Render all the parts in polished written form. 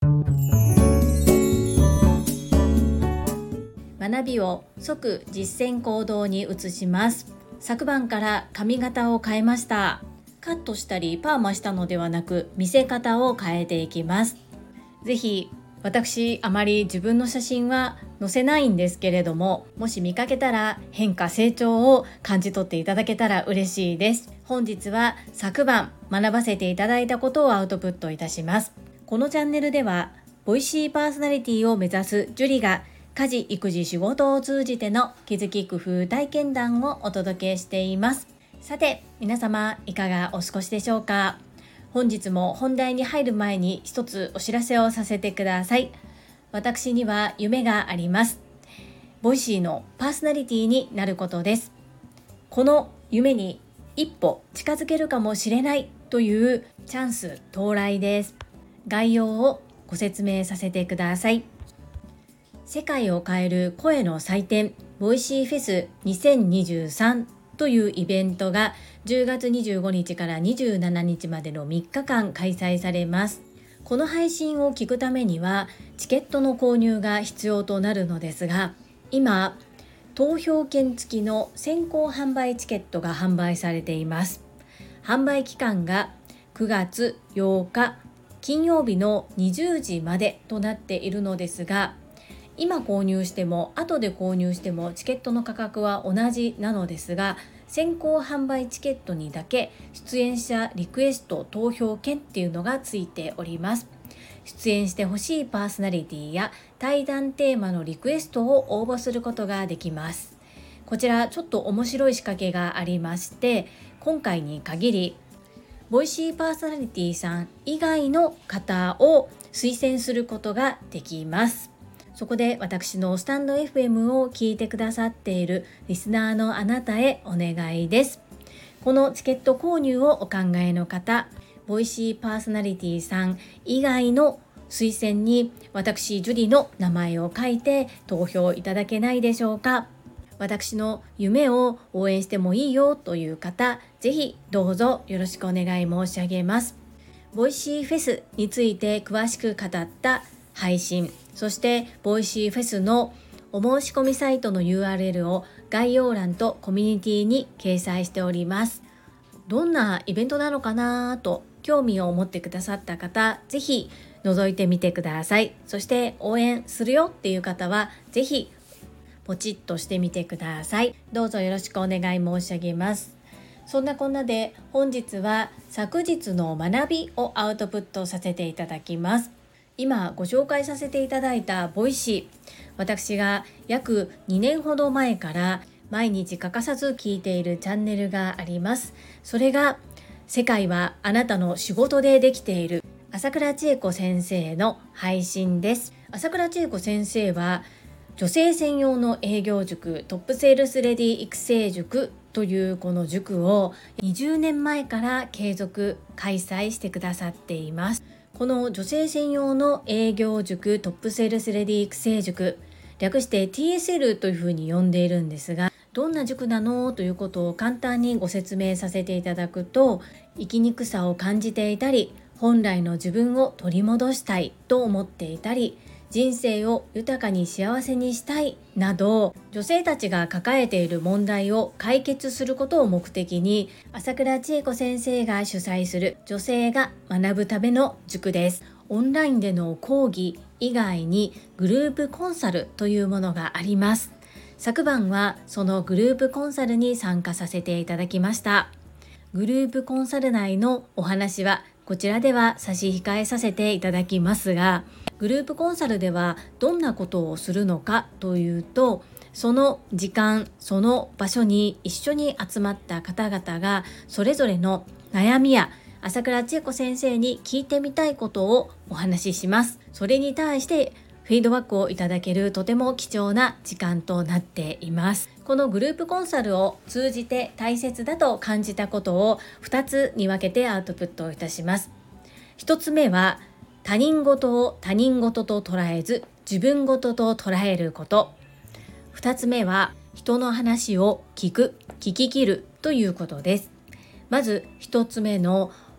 学びを即実践行動に移します。昨晩から髪型を変えました。カットしたりパーマしたのではなく、見せ方を変えていきます。ぜひ、私あまり自分の写真は載せないんですけれども、もし見かけたら変化成長を感じ取っていただけたら嬉しいです。本日は昨晩学ばせていただいたことをアウトプットいたします。このチャンネルではボイシーパーソナリティを目指すジュリが家事・育児・仕事を通じての気づき工夫体験談をお届けしています。さて皆様いかがお過ごしでしょうか。本日も本題に入る前に一つお知らせをさせてください。私には夢があります。ボイシーのパーソナリティになることです。この夢に一歩近づけるかもしれないというチャンス到来です。概要をご説明させてください。世界を変える声の祭典ボイシーフェス2023というイベントが10月25日から27日までの3日間開催されます。この配信を聞くためにはチケットの購入が必要となるのですが、今投票券付きの先行販売チケットが販売されています。販売期間が9月8日金曜日の20時までとなっているのですが、今購入しても後で購入してもチケットの価格は同じなのですが、先行販売チケットにだけ出演者リクエスト投票券っていうのがついております。出演してほしいパーソナリティや対談テーマのリクエストを応募することができます。こちらちょっと面白い仕掛けがありまして、今回に限りボイシーパーソナリティさん以外の方を推薦することができます。そこで私のスタンド FM を聞いてくださっているリスナーのあなたへお願いです。このチケット購入をお考えの方、ボイシーパーソナリティさん以外の推薦に私ジュリの名前を書いて投票いただけないでしょうか。私の夢を応援してもいいよという方、ぜひどうぞよろしくお願い申し上げます。ボイシーフェスについて詳しく語った配信、そしてボイシーフェスのお申し込みサイトの URL を概要欄とコミュニティに掲載しております。どんなイベントなのかなと興味を持ってくださった方、ぜひ覗いてみてください。そして応援するよっていう方はぜひポチッとしてみてください。どうぞよろしくお願い申し上げます。そんなこんなで本日は昨日の学びをアウトプットさせていただきます。今ご紹介させていただいたボイシー、私が約2年ほど前から毎日欠かさず聞いているチャンネルがあります。それが世界はあなたの仕事でできている朝倉千恵子先生の配信です。朝倉千恵子先生は女性専用の営業塾トップセールスレディ育成塾というこの塾を20年前から継続開催してくださっています。この女性専用の営業塾トップセールスレディ育成塾、略して TSL というふうに呼んでいるんですが、どんな塾なのということを簡単にご説明させていただくと、生きにくさを感じていたり、本来の自分を取り戻したいと思っていたり、人生を豊かに幸せにしたいなど、女性たちが抱えている問題を解決することを目的に、朝倉千恵子先生が主催する女性が学ぶための塾です。オンラインでの講義以外にグループコンサルというものがあります。昨晩はそのグループコンサルに参加させていただきました。グループコンサル内のお話はこちらでは差し控えさせていただきますが、グループコンサルではどんなことをするのかというと、その時間、その場所に一緒に集まった方々がそれぞれの悩みや朝倉千恵子先生に聞いてみたいことをお話しします。それに対してフィードバックをいただけるとても貴重な時間となっています。このグループコンサルを通じて大切だと感じたことを2つに分けてアウトプットいたします。1つ目は他人事を他人事と捉えず自分事と捉えること。2つ目は人の話を聞き切るということです。まず1つ目の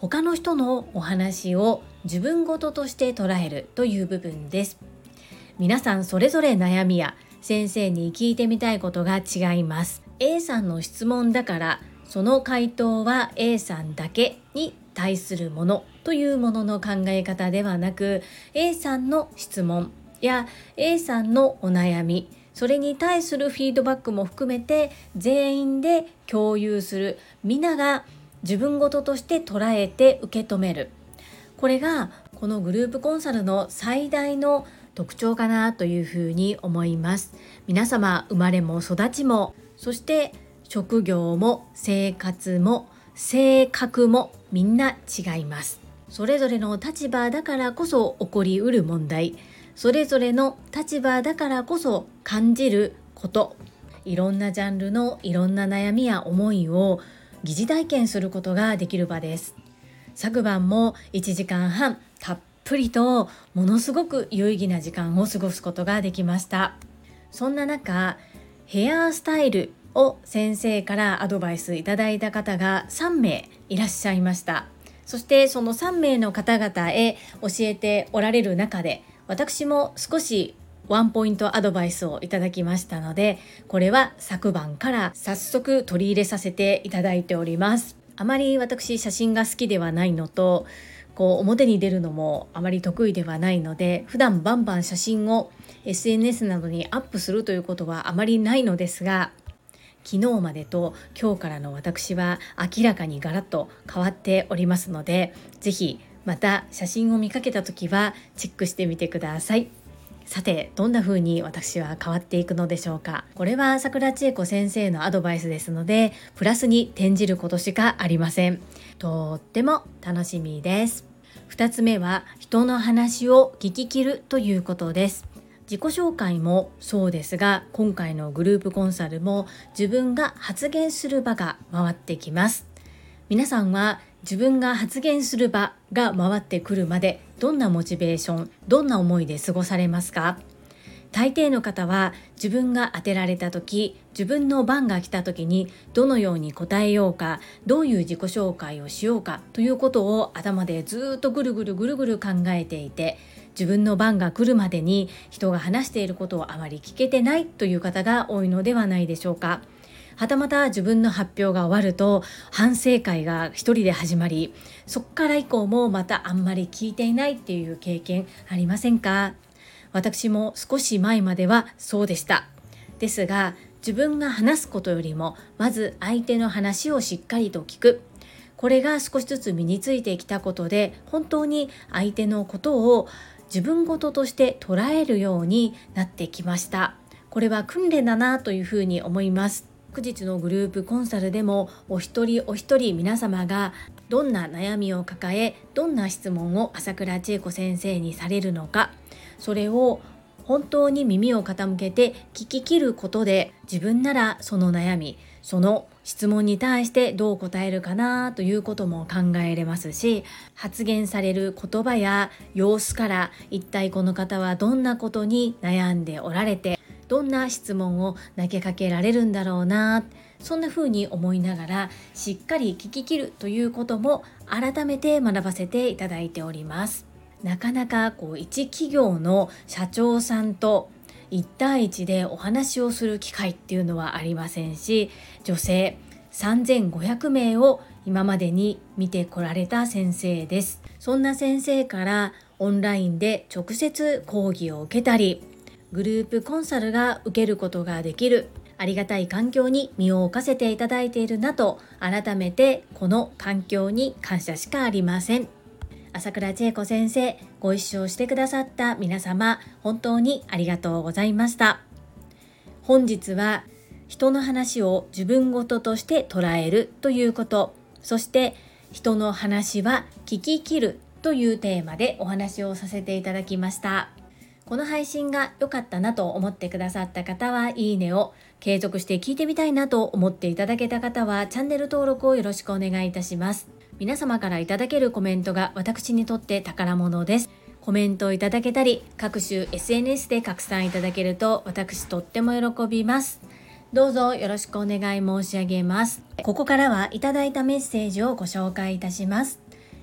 他の人のお話を自分事として捉えるという部分です。皆さんそれぞれ悩みや先生に聞いてみたいことが違います。 A さんの質問だからその回答は A さんだけに対するものというものの考え方ではなく、 A さんの質問や A さんのお悩み、それに対するフィードバックも含めて全員で共有する、皆が自分事として捉えて受け止める、これがこのグループコンサルの最大の特徴かなというふうに思います。皆様生まれも育ちも、そして職業も生活も性格もみんな違います。それぞれの立場だからこそ起こりうる問題、それぞれの立場だからこそ感じること、いろんなジャンルのいろんな悩みや思いを疑似体験することができる場です。昨晩も1時間半たっぷりとものすごく有意義な時間を過ごすことができました。そんな中、ヘアスタイルを先生からアドバイスいただいた方が3名いらっしゃいました。そしてその3名の方々へ教えておられる中で、私も少しワンポイントアドバイスをいただきましたので、これは昨晩から早速取り入れさせていただいております。あまり私写真が好きではないのと、表に出るのもあまり得意ではないので、普段バンバン写真を SNS などにアップするということはあまりないのですが、昨日までと今日からの私は明らかにガラッと変わっておりますので、ぜひまた写真を見かけた時はチェックしてみてください。さて、どんな風に私は変わっていくのでしょうか。これは桜千恵子先生のアドバイスですので、プラスに転じることしかありません。とっても楽しみです。2つ目は人の話を聞き切るということです。自己紹介もそうですが、今回のグループコンサルも自分が発言する場が回ってきます。皆さんは自分が発言する場が回ってくるまでどんなモチベーション、どんな思いで過ごされますか？大抵の方は自分が当てられた時、自分の番が来た時にどのように答えようか、どういう自己紹介をしようかということを頭でずっとぐるぐる考えていて、自分の番が来るまでに人が話していることをあまり聞けてないという方が多いのではないでしょうか。はたまた自分の発表が終わると反省会が一人で始まり、そこから以降もまたあんまり聞いていないっていう経験ありませんか？私も少し前まではそうでした。ですが、自分が話すことよりもまず相手の話をしっかりと聞く、これが少しずつ身についてきたことで、本当に相手のことを自分事として捉えるようになってきました。これは訓練だなというふうに思います。昨日のグループコンサルでもお一人お一人皆様がどんな悩みを抱え、どんな質問を朝倉千恵子先生にされるのか、それを本当に耳を傾けて聞き切ることで、自分ならその悩み、その質問に対してどう答えるかなということも考えれますし、発言される言葉や様子から一体この方はどんなことに悩んでおられて、どんな質問を投げかけられるんだろうな、そんな風に思いながらしっかり聞き切るということも改めて学ばせていただいております。なかなか一企業の社長さんと1対1でお話をする機会っていうのはありませんし、女性3500名を今までに見てこられた先生です。そんな先生からオンラインで直接講義を受けたり、グループコンサルが受けることができるありがたい環境に身を置かせていただいているなと、改めてこの環境に感謝しかありません。朝倉千恵子先生、ご一緒してくださった皆様、本当にありがとうございました。本日は人の話を自分事として捉えるということ、そして人の話は聞き切るというテーマでお話をさせていただきました。この配信が良かったなと思ってくださった方はいいねを、継続して聞いてみたいなと思っていただけた方はチャンネル登録をよろしくお願いいたします。皆様からいただけるコメントが私にとって宝物です。コメントをいただけたり、各種 SNS で拡散いただけると私とっても喜びます。どうぞよろしくお願い申し上げます。ここからはいただいたメッセージをご紹介いたします。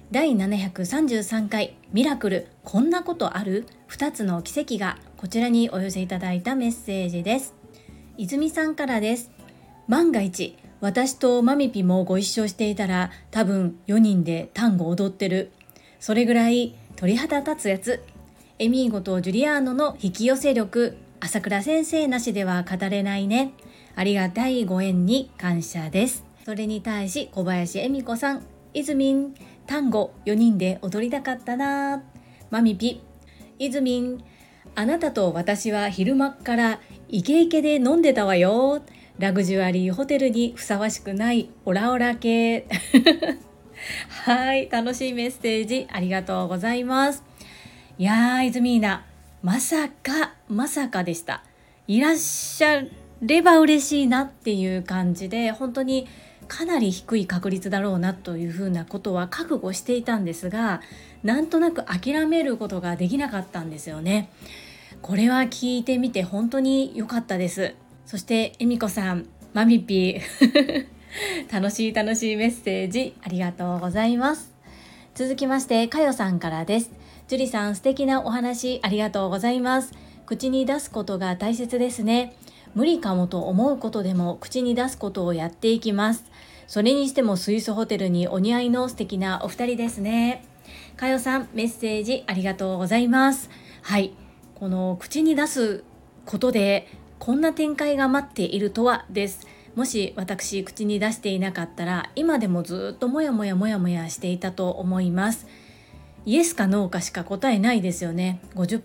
第733回ミラクルこんなことある2つの奇跡が、こちらにお寄せいただいたメッセージです。泉さんからです。万が一私とマミピもご一緒していたら、多分4人でタンゴ踊ってる。それぐらい鳥肌立つやつ。エミーゴとジュリアーノの引き寄せ力、朝倉先生なしでは語れないね。ありがたいご縁に感謝です。それに対し小林恵美子さん、いずみん、タンゴ4人で踊りたかったな。マミピ、いずみん、あなたと私は昼間っからイケイケで飲んでたわよ。ラグジュアリーホテルにふさわしくないオラオラ系はい、楽しいメッセージありがとうございます。いやー、イズミーナ、まさかでした。いらっしゃれば嬉しいなっていう感じで、本当にかなり低い確率だろうなというふうなことは覚悟していたんですが、なんとなく諦めることができなかったんですよね。これは聞いてみて本当に良かったです。そして恵美子さん、マミピ楽しいメッセージありがとうございます。続きましてかよさんからです。ジュリさん、素敵なお話ありがとうございます。口に出すことが大切ですね。無理かもと思うことでも口に出すことをやっていきます。それにしてもスイスホテルにお似合いの素敵なお二人ですね。かよさん、メッセージありがとうございます。はい、この口に出すことでこんな展開が待っているとはです。もし私口に出していなかったら、今でもずっともやもやしていたと思います。イエスかノーかしか答えないですよね。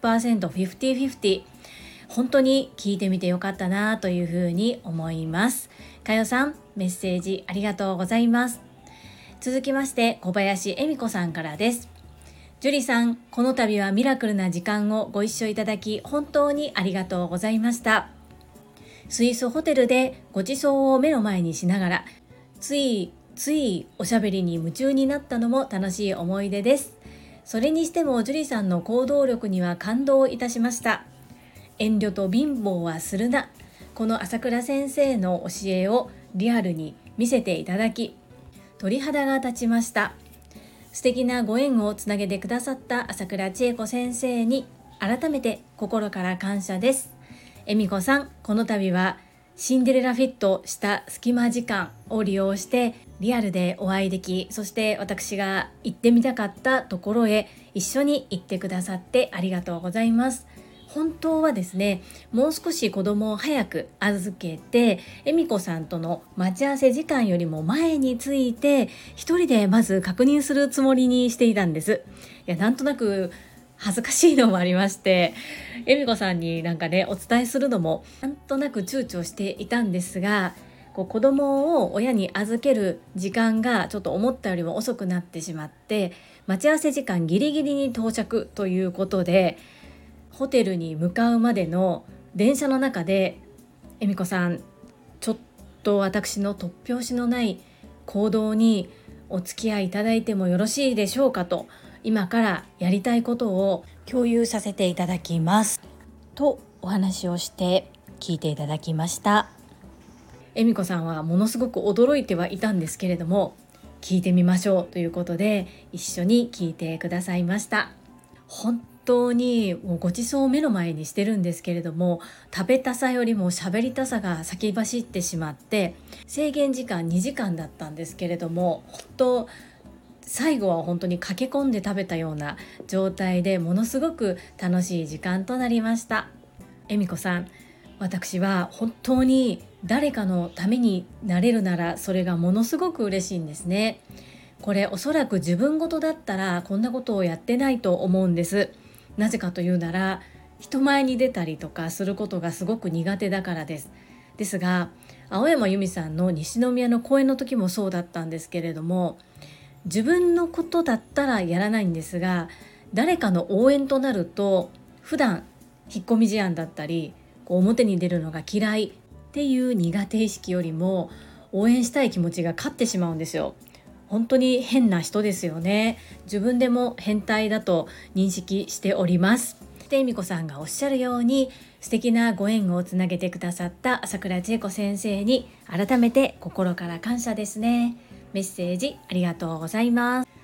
50%、50-50。本当に聞いてみてよかったなというふうに思います。かよさん、メッセージありがとうございます。続きまして小林恵美子さんからです。ジュリさん、この度はミラクルな時間をご一緒いただき本当にありがとうございました。スイスホテルでご馳走を目の前にしながら、ついおしゃべりに夢中になったのも楽しい思い出です。それにしてもジュリさんの行動力には感動いたしました。遠慮と貧乏はするな、この朝倉先生の教えをリアルに見せていただき、鳥肌が立ちました。素敵なご縁をつなげてくださった朝倉千恵子先生に改めて心から感謝です。恵美子さん、この度はシンデレラフィットした隙間時間を利用してリアルでお会いでき、そして私が行ってみたかったところへ一緒に行ってくださってありがとうございます。本当はですね、もう少し子供を早く預けて、恵美子さんとの待ち合わせ時間よりも前について一人でまず確認するつもりにしていたんです。いや、なんとなく恥ずかしいのもありまして、恵美子さんになんかねお伝えするのもなんとなく躊躇していたんですが、子供を親に預ける時間がちょっと思ったよりも遅くなってしまって、待ち合わせ時間ギリギリに到着ということで、ホテルに向かうまでの電車の中で、恵美子さん、ちょっと私の突拍子のない行動にお付き合いいただいてもよろしいでしょうかと、今からやりたいことを共有させていただきますとお話をして聞いていただきました。恵美子さんはものすごく驚いてはいたんですけれども、聞いてみましょうということで一緒に聞いてくださいました。本当にもうご馳走を目の前にしてるんですけれども、食べたさよりも喋りたさが先走ってしまって、制限時間2時間だったんですけれども、本当最後は本当に駆け込んで食べたような状態で、ものすごく楽しい時間となりました。恵美子さん、私は本当に誰かのためになれるならそれがものすごく嬉しいんですね。これおそらく自分事だったらこんなことをやってないと思うんです。なぜかというなら、人前に出たりとかすることがすごく苦手だからです。ですが、青山由美さんの西宮の公演の時もそうだったんですけれども、自分のことだったらやらないんですが、誰かの応援となると、普段引っ込み思案だったり表に出るのが嫌いっていう苦手意識よりも応援したい気持ちが勝ってしまうんですよ。本当に変な人ですよね。自分でも変態だと認識しております。で、恵美子さんがおっしゃるように、素敵なご縁をつなげてくださった朝倉千恵子先生に改めて心から感謝ですね。メッセージありがとうございます。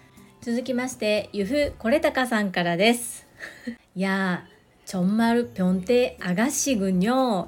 続きましてゆふこれたかさんからです야 정말 변태 아가씨군요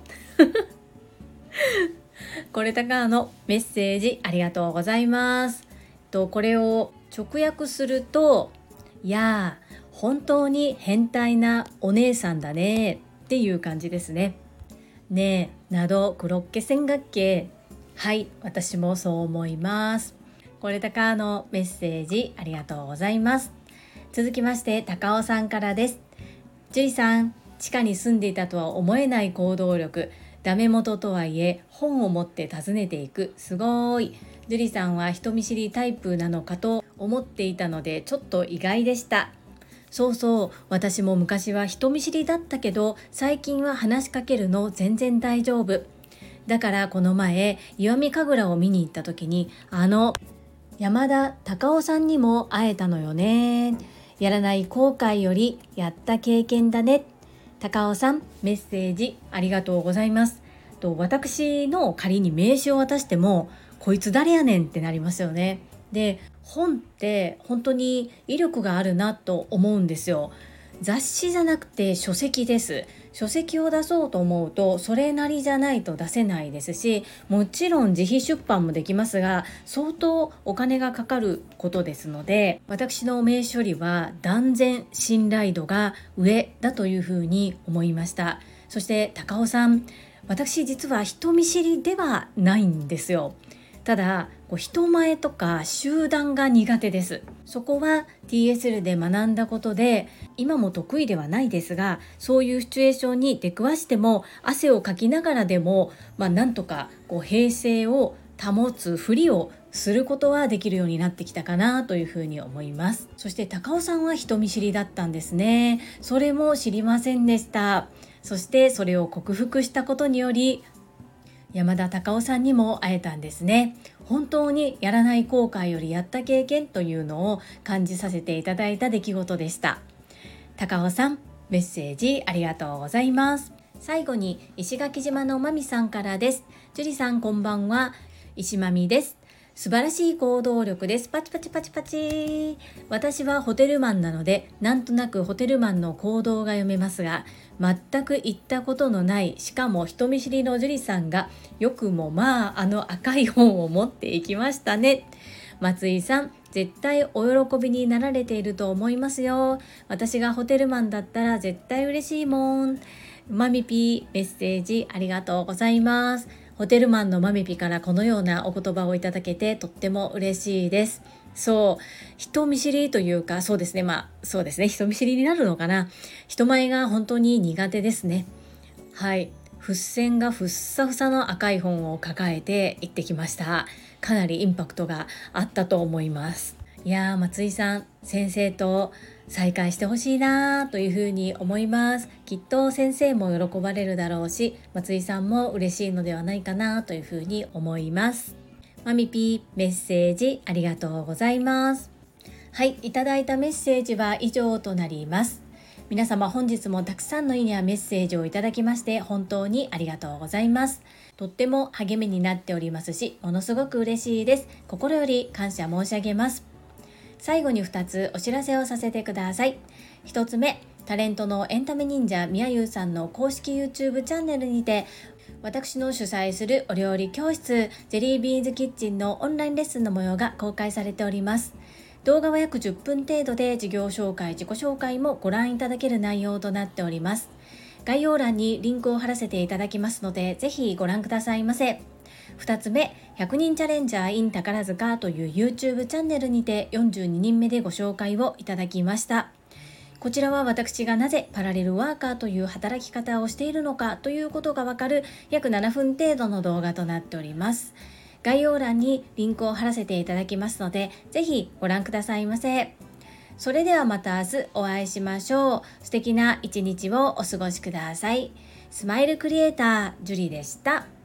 これたかのメッセージありがとうございます。これを直訳すると、いや本当に変態なお姉さんだねっていう感じですね。ねえ、など그렇게 생각해。はい、私もそう思います。これたかのメッセージありがとうございます。続きまして高尾さんからです。ジュリさん、地下に住んでいたとは思えない行動力。ダメ元とはいえ本を持って訪ねていく、すごい。ジュリさんは人見知りタイプなのかと思っていたのでちょっと意外でした。そうそう、私も昔は人見知りだったけど最近は話しかけるの全然大丈夫。だからこの前石見神楽を見に行った時に山田隆夫さんにも会えたのよね。やらない後悔よりやった経験だね。高尾さん、メッセージありがとうございます。私の仮に名刺を渡してもこいつ誰やねんってなりますよね。で、本って本当に威力があるなと思うんですよ。雑誌じゃなくて書籍です。書籍を出そうと思うとそれなりじゃないと出せないですし、もちろん自費出版もできますが相当お金がかかることですので、私の名刺よりは断然信頼度が上だというふうに思いました。そして高尾さん、私実は人見知りではないんですよ。ただ人前とか集団が苦手です。そこは TSL で学んだことで今も得意ではないですが、そういうシチュエーションに出くわしても汗をかきながらでも、なんとか平静を保つふりをすることはできるようになってきたかなというふうに思います。そして高尾さんは人見知りだったんですね。それも知りませんでした。そしてそれを克服したことにより山田隆夫さんにも会えたんですね。本当にやらない後悔よりやった経験というのを感じさせていただいた出来事でした。高尾さん、メッセージありがとうございます。最後に石垣島のまみさんからです。ジュリさんこんばんは、石まみです。素晴らしい行動力です。パチパチパチパチ。私はホテルマンなのでなんとなくホテルマンの行動が読めますが、全く行ったことのない、しかも人見知りのジュリさんがよくも赤い本を持っていきましたね。松井さん、絶対お喜びになられていると思いますよ。私がホテルマンだったら絶対嬉しいもん。マミピー、メッセージありがとうございます。ホテルマンのマミピからこのようなお言葉をいただけてとっても嬉しいです。そう、人見知りというか、そうですね、人見知りになるのかな。人前が本当に苦手ですね。はい、付箋がふっさふさの赤い本を抱えて行ってきました。かなりインパクトがあったと思います。いやー、松井さん、先生と再会してほしいなというふうに思います。きっと先生も喜ばれるだろうし、松井さんも嬉しいのではないかなというふうに思います。マミピー、メッセージありがとうございます。はい、いただいたメッセージは以上となります。皆様本日もたくさんのいいねやメッセージをいただきまして本当にありがとうございます。とっても励みになっておりますし、ものすごく嬉しいです。心より感謝申し上げます。最後に2つお知らせをさせてください。1つ目、タレントのエンタメ忍者みやゆうさんの公式 YouTube チャンネルにて私の主催するお料理教室ジェリービーンズキッチンのオンラインレッスンの模様が公開されております。動画は約10分程度で授業紹介、自己紹介もご覧いただける内容となっております。概要欄にリンクを貼らせていただきますのでぜひご覧くださいませ。2つ目、100人チャレンジャー in 宝塚という YouTube チャンネルにて42人目でご紹介をいただきました。こちらは私がなぜパラレルワーカーという働き方をしているのかということがわかる約7分程度の動画となっております。概要欄にリンクを貼らせていただきますのでぜひご覧くださいませ。それではまた明日お会いしましょう。素敵な一日をお過ごしください。スマイルクリエイタージュリでした。